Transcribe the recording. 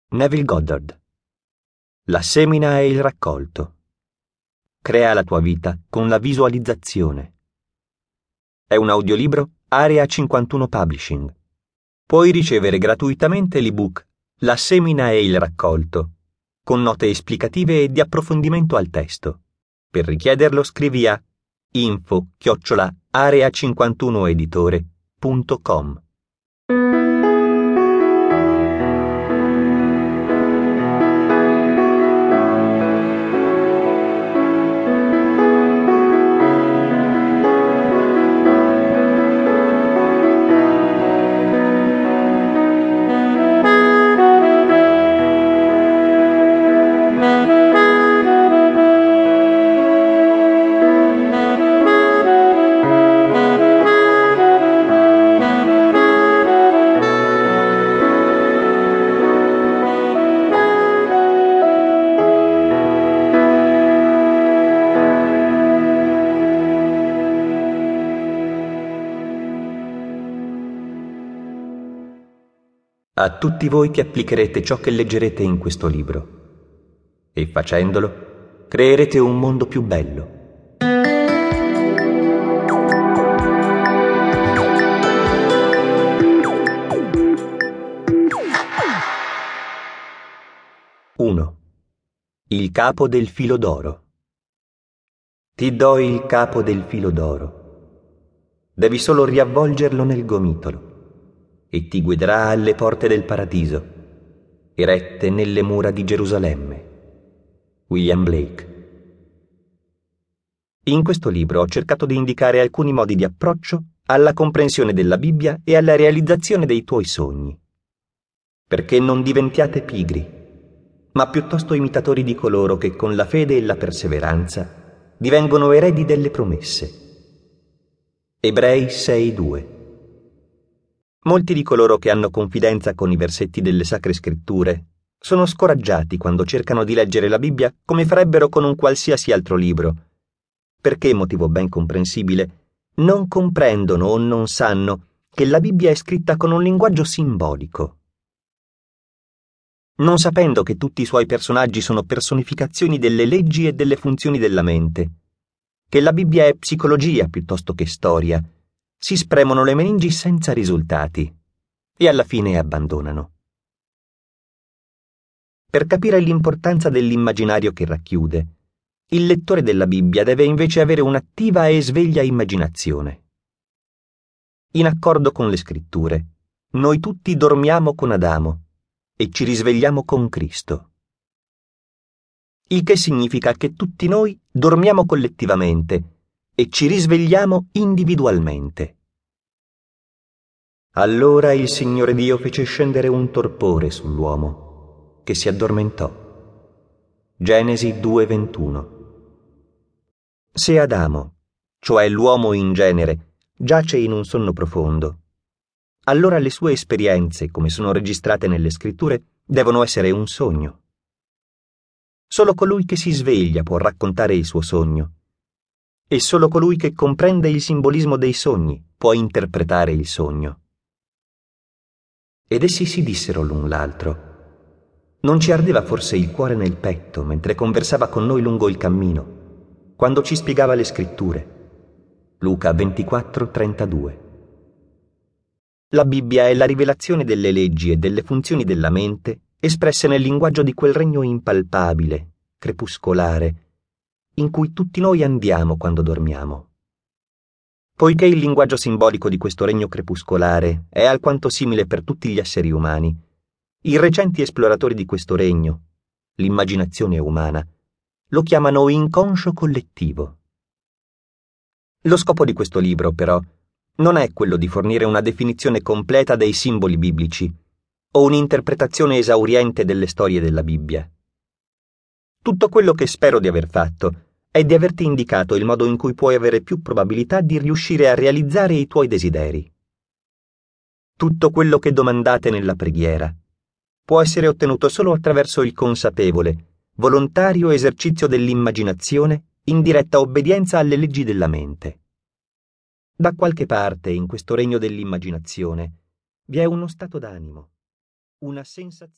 Neville Goddard. La semina e il raccolto. Crea la tua vita con la visualizzazione. È un audiolibro Area 51 Publishing. Puoi ricevere gratuitamente l'ebook La semina e il raccolto, con note esplicative e di approfondimento al testo. Per richiederlo scrivi a info@area51editore.com. A tutti voi che applicherete ciò che leggerete in questo libro e facendolo creerete un mondo più bello. Uno. Il capo del filo d'oro. Ti do il capo del filo d'oro. Devi solo riavvolgerlo nel gomitolo e ti guiderà alle porte del paradiso, erette nelle mura di Gerusalemme. William Blake. In questo libro ho cercato di indicare alcuni modi di approccio alla comprensione della Bibbia e alla realizzazione dei tuoi sogni. Perché non diventiate pigri, ma piuttosto imitatori di coloro che con la fede e la perseveranza divengono eredi delle promesse. Ebrei 6:2. Molti di coloro che hanno confidenza con i versetti delle Sacre Scritture sono scoraggiati quando cercano di leggere la Bibbia come farebbero con un qualsiasi altro libro, perché, motivo ben comprensibile, non comprendono o non sanno che la Bibbia è scritta con un linguaggio simbolico. Non sapendo che tutti i suoi personaggi sono personificazioni delle leggi e delle funzioni della mente, che la Bibbia è psicologia piuttosto che storia, si spremono le meningi senza risultati e alla fine abbandonano. Per capire l'importanza dell'immaginario che racchiude, il lettore della Bibbia deve invece avere un'attiva e sveglia immaginazione. In accordo con le Scritture, noi tutti dormiamo con Adamo e ci risvegliamo con Cristo. Il che significa che tutti noi dormiamo collettivamente e ci risvegliamo individualmente. Allora il Signore Dio fece scendere un torpore sull'uomo, che si addormentò. Genesi 2:21. Se Adamo, cioè l'uomo in genere, giace in un sonno profondo, allora le sue esperienze, come sono registrate nelle Scritture, devono essere un sogno. Solo colui che si sveglia può raccontare il suo sogno, e solo colui che comprende il simbolismo dei sogni può interpretare il sogno. Ed essi si dissero l'un l'altro: non ci ardeva forse il cuore nel petto mentre conversava con noi lungo il cammino, quando ci spiegava le Scritture? Luca 24:32. La Bibbia è la rivelazione delle leggi e delle funzioni della mente espresse nel linguaggio di quel regno impalpabile, crepuscolare, in cui tutti noi andiamo quando dormiamo. Poiché il linguaggio simbolico di questo regno crepuscolare è alquanto simile per tutti gli esseri umani, i recenti esploratori di questo regno, l'immaginazione umana, lo chiamano inconscio collettivo. Lo scopo di questo libro, però, non è quello di fornire una definizione completa dei simboli biblici o un'interpretazione esauriente delle storie della Bibbia. Tutto quello che spero di aver fatto è di averti indicato il modo in cui puoi avere più probabilità di riuscire a realizzare i tuoi desideri. Tutto quello che domandate nella preghiera può essere ottenuto solo attraverso il consapevole, volontario esercizio dell'immaginazione in diretta obbedienza alle leggi della mente. Da qualche parte in questo regno dell'immaginazione vi è uno stato d'animo, una sensazione